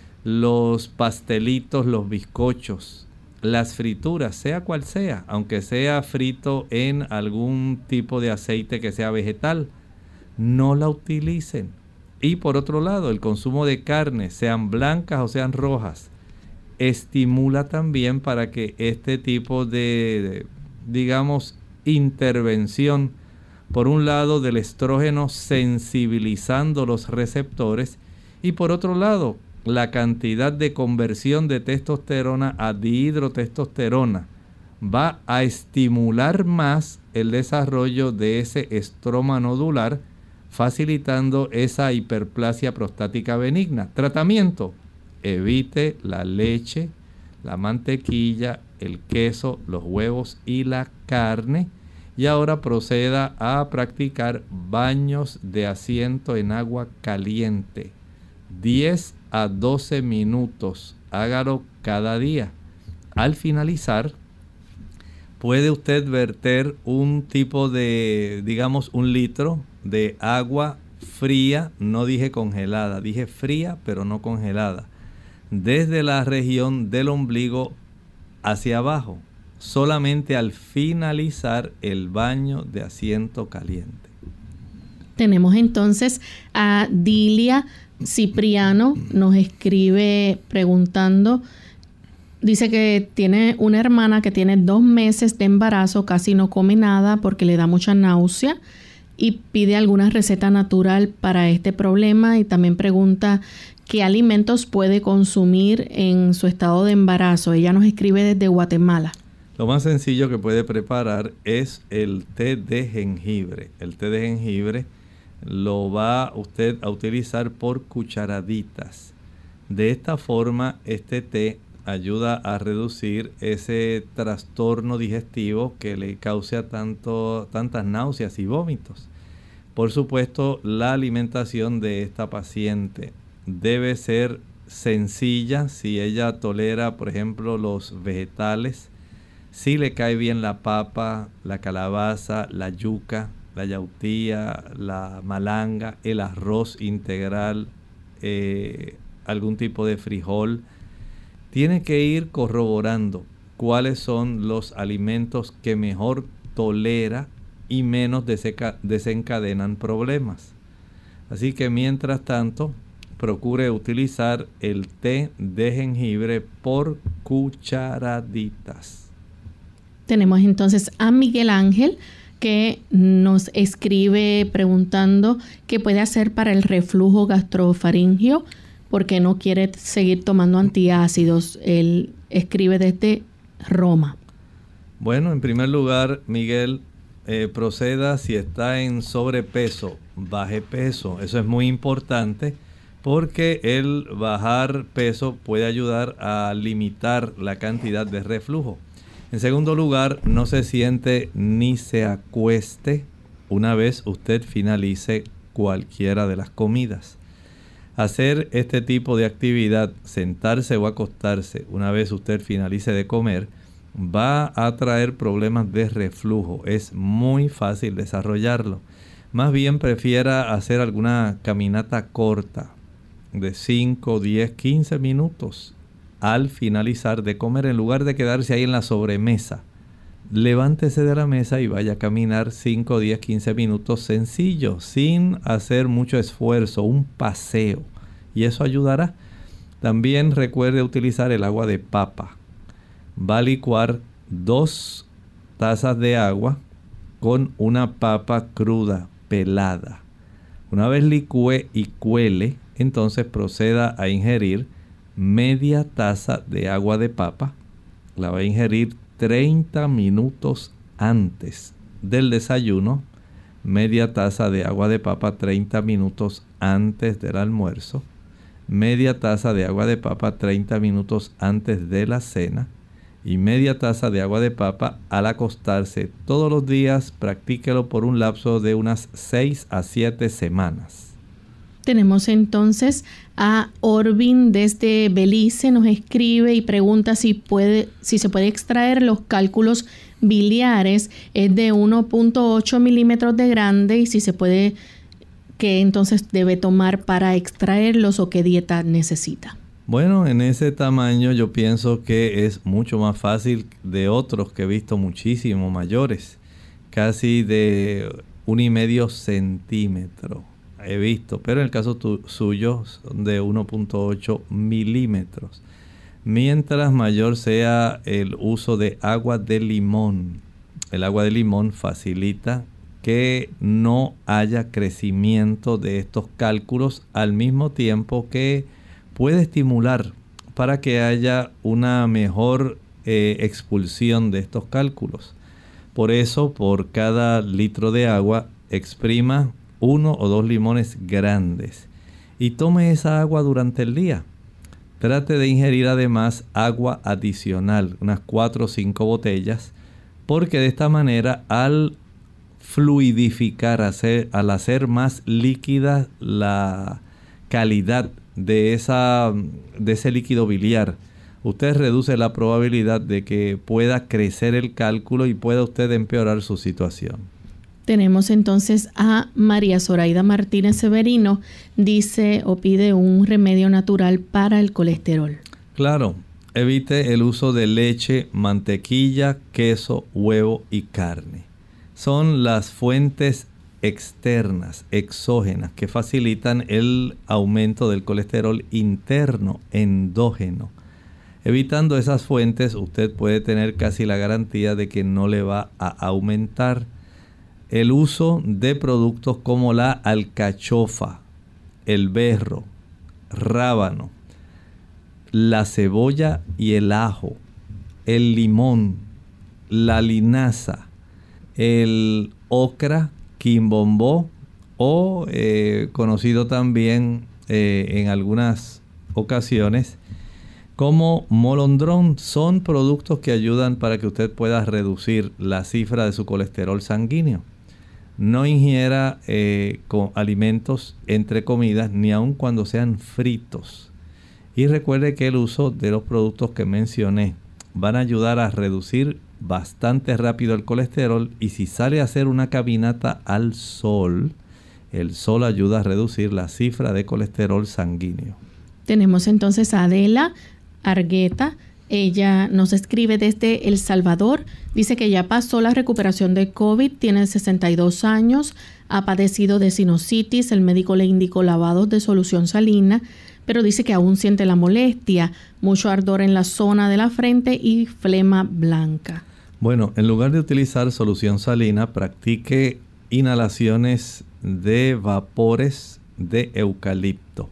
[SPEAKER 3] los pastelitos, los bizcochos, las frituras, sea cual sea, aunque sea frito en algún tipo de aceite que sea vegetal, no la utilicen. Y por otro lado, el consumo de carne, sean blancas o sean rojas, estimula también para que este tipo de, digamos, intervención, por un lado del estrógeno sensibilizando los receptores, y por otro lado la cantidad de conversión de testosterona a dihidrotestosterona va a estimular más el desarrollo de ese estroma nodular, facilitando esa hiperplasia prostática benigna. Tratamiento: evite la leche, la mantequilla, el queso, los huevos y la carne. Y ahora proceda a practicar baños de asiento en agua caliente. diez a doce minutos. Hágalo cada día. Al finalizar, puede usted verter un tipo de, digamos, un litro de agua fría. No dije congelada, dije fría, pero no congelada. Desde la región del ombligo hacia abajo, solamente al finalizar el baño de asiento caliente.
[SPEAKER 2] Tenemos entonces a Dilia Cipriano, nos escribe preguntando, dice que tiene una hermana que tiene dos meses de embarazo, casi no come nada porque le da mucha náusea y pide alguna receta natural para este problema, y también pregunta qué alimentos puede consumir en su estado de embarazo. Ella nos escribe desde Guatemala.
[SPEAKER 3] Lo más sencillo que puede preparar es el té de jengibre. El té de jengibre lo va usted a utilizar por cucharaditas. De esta forma, este té ayuda a reducir ese trastorno digestivo que le causa tanto, tantas náuseas y vómitos. Por supuesto, la alimentación de esta paciente debe ser sencilla. Si ella tolera, por ejemplo, los vegetales, si le cae bien la papa, la calabaza, la yuca, la yautía, la malanga, el arroz integral, eh, algún tipo de frijol, tiene que ir corroborando cuáles son los alimentos que mejor tolera y menos desencadenan problemas. Así que mientras tanto, procure utilizar el té de jengibre por cucharaditas.
[SPEAKER 2] Tenemos entonces a Miguel Ángel, que nos escribe preguntando qué puede hacer para el reflujo gastrofaringeo, porque no quiere seguir tomando antiácidos. Él escribe desde Roma.
[SPEAKER 3] Bueno, en primer lugar, Miguel, eh, proceda, si está en sobrepeso, baje peso. Eso es muy importante, porque el bajar peso puede ayudar a limitar la cantidad de reflujo. En segundo lugar, no se siente ni se acueste una vez usted finalice cualquiera de las comidas. Hacer este tipo de actividad, sentarse o acostarse una vez usted finalice de comer, va a traer problemas de reflujo. Es muy fácil desarrollarlo. Más bien prefiera hacer alguna caminata corta de cinco, diez, quince minutos al finalizar de comer, en lugar de quedarse ahí en la sobremesa. Levántese de la mesa y vaya a caminar cinco, diez, quince minutos sencillo, sin hacer mucho esfuerzo, un paseo, y eso ayudará. También recuerde utilizar el agua de papa. Va a licuar dos tazas de agua con una papa cruda, pelada. Una vez licúe y cuele, entonces proceda a ingerir media taza de agua de papa. La va a ingerir treinta minutos antes del desayuno. Media taza de agua de papa treinta minutos antes del almuerzo. Media taza de agua de papa treinta minutos antes de la cena. Y media taza de agua de papa al acostarse. Todos los días practíquelo por un lapso de unas seis a siete semanas.
[SPEAKER 2] Tenemos entonces a Orvin desde Belice, nos escribe y pregunta si puede, si se puede extraer los cálculos biliares. Es de uno punto ocho milímetros de grande, y si se puede, qué entonces debe tomar para extraerlos o qué dieta necesita.
[SPEAKER 3] Bueno, en ese tamaño yo pienso que es mucho más fácil de otros que he visto muchísimo mayores, casi de un y medio centímetro. He visto, pero en el caso tu, suyo son de uno punto ocho milímetros. Mientras mayor sea el uso de agua de limón, el agua de limón facilita que no haya crecimiento de estos cálculos, al mismo tiempo que puede estimular para que haya una mejor eh, expulsión de estos cálculos. Por eso, por cada litro de agua, exprima uno o dos limones grandes y tome esa agua durante el día. Trate de ingerir además agua adicional, unas cuatro o cinco botellas, porque de esta manera, al fluidificar, hacer, al hacer más líquida la calidad de, esa, de ese líquido biliar, usted reduce la probabilidad de que pueda crecer el cálculo y pueda usted empeorar su situación.
[SPEAKER 2] Tenemos entonces a María Zoraida Martínez Severino, dice o pide un remedio natural para el colesterol.
[SPEAKER 3] Claro, evite el uso de leche, mantequilla, queso, huevo y carne. Son las fuentes externas, exógenas, que facilitan el aumento del colesterol interno, endógeno. Evitando esas fuentes, usted puede tener casi la garantía de que no le va a aumentar. El uso de productos como la alcachofa, el berro, rábano, la cebolla y el ajo, el limón, la linaza, el ocra, quimbombó o eh, conocido también eh, en algunas ocasiones como molondrón, son productos que ayudan para que usted pueda reducir la cifra de su colesterol sanguíneo. No ingiera eh, con alimentos entre comidas, ni aun cuando sean fritos. Y recuerde que el uso de los productos que mencioné van a ayudar a reducir bastante rápido el colesterol, y si sale a hacer una caminata al sol, el sol ayuda a reducir la cifra de colesterol sanguíneo.
[SPEAKER 2] Tenemos entonces a Adela Argueta. Ella nos escribe desde El Salvador. Dice que ya pasó la recuperación de COVID, tiene sesenta y dos años, ha padecido de sinusitis, el médico le indicó lavados de solución salina, pero dice que aún siente la molestia, mucho ardor en la zona de la frente y flema blanca.
[SPEAKER 3] Bueno, en lugar de utilizar solución salina, practique inhalaciones de vapores de eucalipto.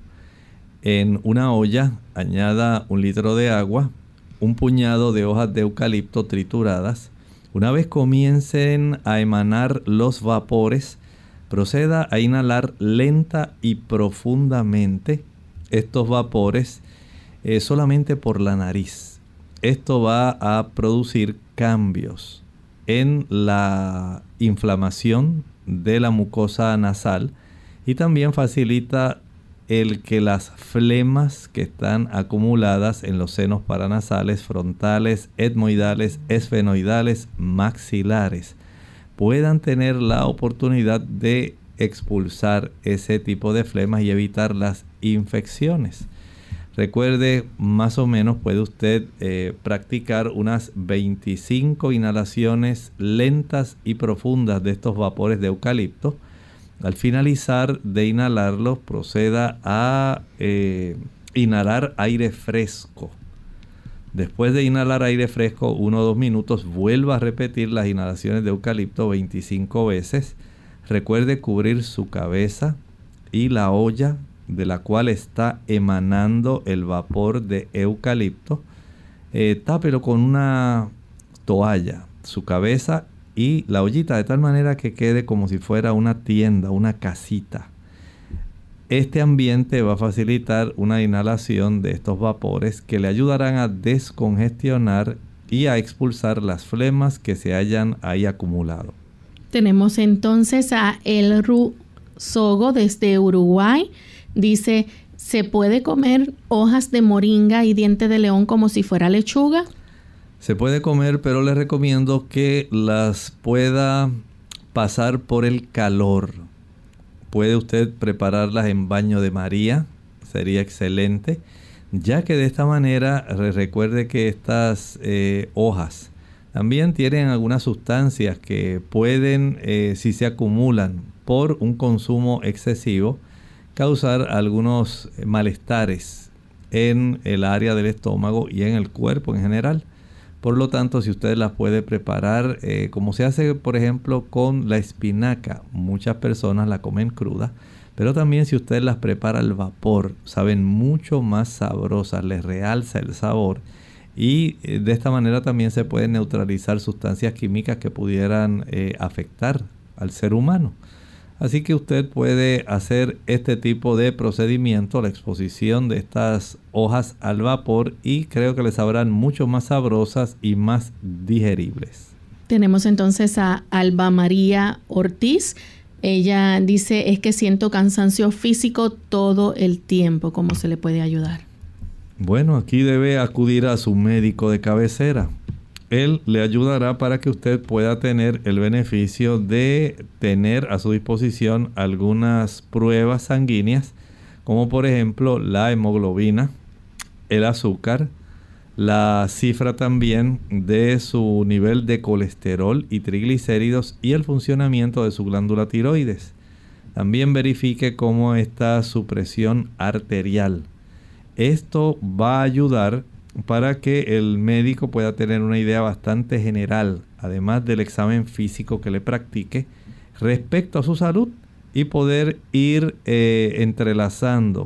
[SPEAKER 3] En una olla, añada un litro de agua, un puñado de hojas de eucalipto trituradas. Una vez comiencen a emanar los vapores, proceda a inhalar lenta y profundamente estos vapores eh, solamente por la nariz. Esto va a producir cambios en la inflamación de la mucosa nasal y también facilita el que las flemas que están acumuladas en los senos paranasales, frontales, etmoidales, esfenoidales, maxilares, puedan tener la oportunidad de expulsar ese tipo de flemas y evitar las infecciones. Recuerde, más o menos puede usted eh, practicar unas veinticinco inhalaciones lentas y profundas de estos vapores de eucalipto. Al finalizar de inhalarlos, proceda a eh, inhalar aire fresco. Después de inhalar aire fresco uno o dos minutos, vuelva a repetir las inhalaciones de eucalipto veinticinco veces. Recuerde cubrir su cabeza y la olla de la cual está emanando el vapor de eucalipto. Eh, tápelo con una toalla, su cabeza y la ollita, de tal manera que quede como si fuera una tienda, una casita. Este ambiente va a facilitar una inhalación de estos vapores que le ayudarán a descongestionar y a expulsar las flemas que se hayan ahí acumulado.
[SPEAKER 2] Tenemos entonces a Elru Sogo desde Uruguay. Dice, ¿se puede comer hojas de moringa y diente de león como si fuera lechuga?
[SPEAKER 3] Se puede comer, pero le recomiendo que las pueda pasar por el calor. Puede usted prepararlas en baño de María, sería excelente, ya que de esta manera recuerde que estas eh, hojas también tienen algunas sustancias que pueden, eh, si se acumulan por un consumo excesivo, causar algunos malestares en el área del estómago y en el cuerpo en general. Por lo tanto, si usted las puede preparar, eh, como se hace por ejemplo con la espinaca, muchas personas la comen cruda, pero también si usted las prepara al vapor, saben mucho más sabrosas, les realza el sabor y eh, de esta manera también se pueden neutralizar sustancias químicas que pudieran eh, afectar al ser humano. Así que usted puede hacer este tipo de procedimiento, la exposición de estas hojas al vapor, y creo que les sabrán mucho más sabrosas y más digeribles.
[SPEAKER 2] Tenemos entonces a Alba María Ortiz. Ella dice, es que siento cansancio físico todo el tiempo. ¿Cómo se le puede ayudar?
[SPEAKER 3] Bueno, aquí debe acudir a su médico de cabecera. Él le ayudará para que usted pueda tener el beneficio de tener a su disposición algunas pruebas sanguíneas, como por ejemplo la hemoglobina, el azúcar, la cifra también de su nivel de colesterol y triglicéridos y el funcionamiento de su glándula tiroides. También verifique cómo está su presión arterial. Esto va a ayudar para que el médico pueda tener una idea bastante general, además del examen físico que le practique, respecto a su salud y poder ir eh, entrelazando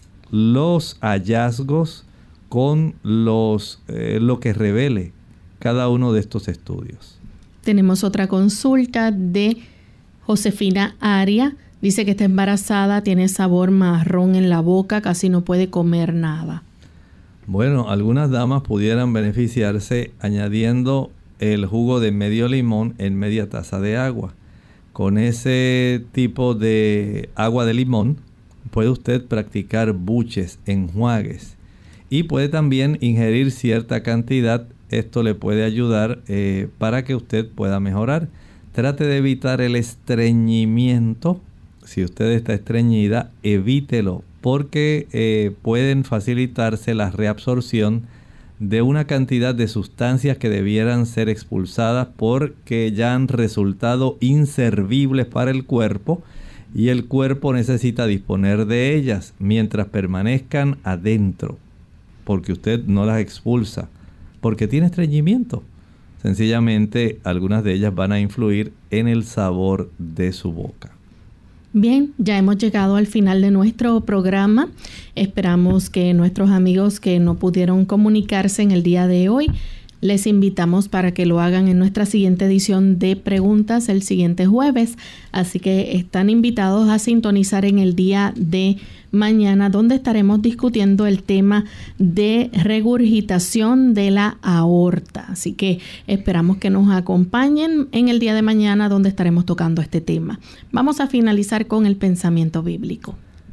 [SPEAKER 3] los hallazgos con los, eh, lo que revele cada uno de estos estudios.
[SPEAKER 2] Tenemos otra consulta de Josefina Aria. Dice que está embarazada, tiene sabor marrón en la boca, casi no puede comer nada.
[SPEAKER 3] Bueno, algunas damas pudieran beneficiarse añadiendo el jugo de medio limón en media taza de agua. Con ese tipo de agua de limón puede usted practicar buches, enjuagues y puede también ingerir cierta cantidad. Esto le puede ayudar eh, para que usted pueda mejorar. Trate de evitar el estreñimiento. Si usted está estreñida, evítelo porque eh, pueden facilitarse la reabsorción de una cantidad de sustancias que debieran ser expulsadas porque ya han resultado inservibles para el cuerpo y el cuerpo necesita disponer de ellas mientras permanezcan adentro, porque usted no las expulsa, porque tiene estreñimiento. Sencillamente algunas de ellas van a influir en el sabor de su boca.
[SPEAKER 2] Bien, ya hemos llegado al final de nuestro programa. Esperamos que nuestros amigos que no pudieron comunicarse en el día de hoy, les invitamos para que lo hagan en nuestra siguiente edición de preguntas el siguiente jueves. Así que están invitados a sintonizar en el día de mañana, donde estaremos discutiendo el tema de regurgitación de la aorta. Así que esperamos que nos acompañen en el día de mañana, donde estaremos tocando este tema. Vamos a finalizar con el pensamiento bíblico.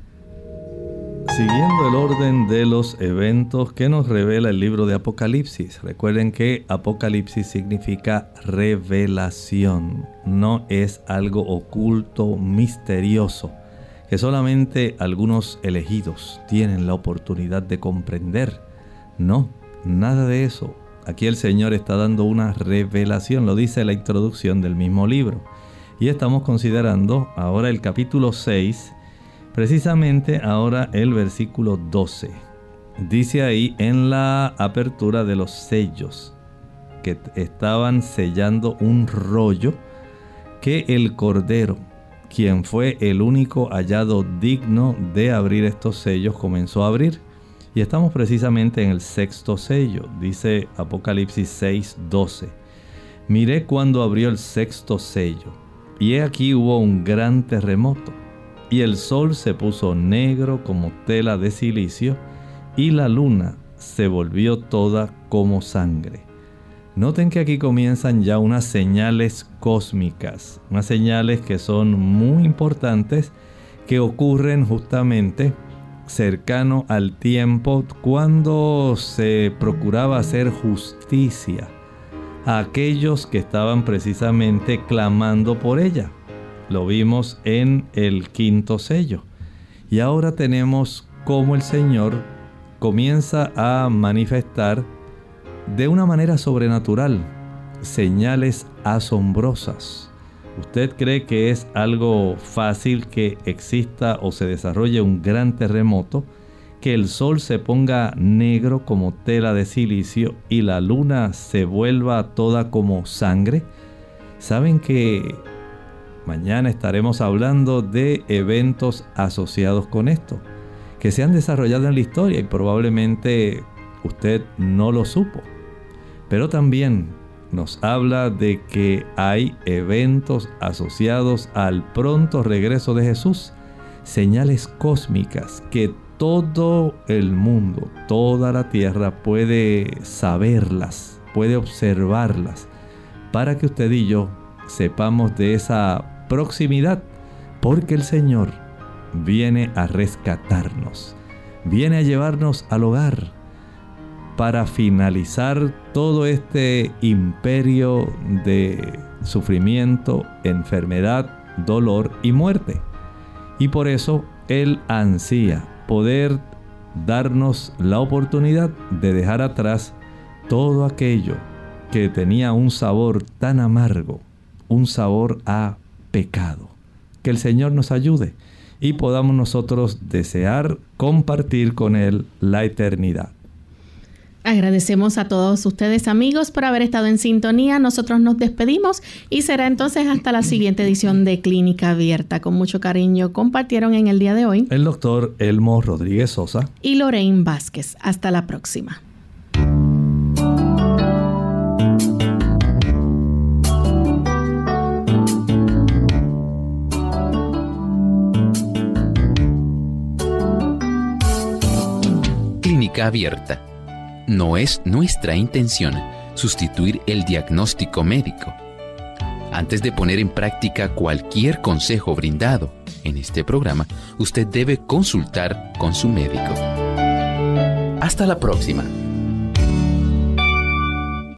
[SPEAKER 3] Siguiendo el orden de los eventos que nos revela el libro de Apocalipsis. Recuerden que Apocalipsis significa revelación. No es algo oculto, misterioso, que solamente algunos elegidos tienen la oportunidad de comprender. No, nada de eso. Aquí el Señor está dando una revelación, lo dice la introducción del mismo libro. Y estamos considerando ahora el capítulo seis, precisamente ahora el versículo doce. Dice ahí en la apertura de los sellos que estaban sellando un rollo que el Cordero, quien fue el único hallado digno de abrir estos sellos, comenzó a abrir. Y estamos precisamente en el sexto sello. Dice Apocalipsis seis, doce. Miré cuando abrió el sexto sello, y he aquí hubo un gran terremoto, y el sol se puso negro como tela de silicio, y la luna se volvió toda como sangre. Noten que aquí comienzan ya unas señales cósmicas, unas señales que son muy importantes, que ocurren justamente cercano al tiempo cuando se procuraba hacer justicia a aquellos que estaban precisamente clamando por ella. Lo vimos en el quinto sello. Y ahora tenemos cómo el Señor comienza a manifestar de una manera sobrenatural señales asombrosas. ¿Usted cree que es algo fácil que exista o se desarrolle un gran terremoto, que el sol se ponga negro como tela de silicio y la luna se vuelva toda como sangre? ¿Saben que mañana estaremos hablando de eventos asociados con esto, que se han desarrollado en la historia y probablemente usted no lo supo? Pero también nos habla de que hay eventos asociados al pronto regreso de Jesús, señales cósmicas que todo el mundo, toda la tierra puede saberlas, puede observarlas, para que usted y yo sepamos de esa proximidad, porque el Señor viene a rescatarnos, viene a llevarnos al hogar, para finalizar todo este imperio de sufrimiento, enfermedad, dolor y muerte. Y por eso Él ansía poder darnos la oportunidad de dejar atrás todo aquello que tenía un sabor tan amargo, un sabor a pecado. Que el Señor nos ayude y podamos nosotros desear compartir con Él la eternidad.
[SPEAKER 2] Agradecemos a todos ustedes, amigos, por haber estado en sintonía. Nosotros nos despedimos y será entonces hasta la siguiente edición de Clínica Abierta. Con mucho cariño compartieron en el día de hoy
[SPEAKER 3] el doctor Elmo Rodríguez Sosa
[SPEAKER 2] y Lorraine Vázquez. Hasta la próxima.
[SPEAKER 1] Clínica Abierta. No es nuestra intención sustituir el diagnóstico médico. Antes de poner en práctica cualquier consejo brindado en este programa, usted debe consultar con su médico. Hasta la próxima.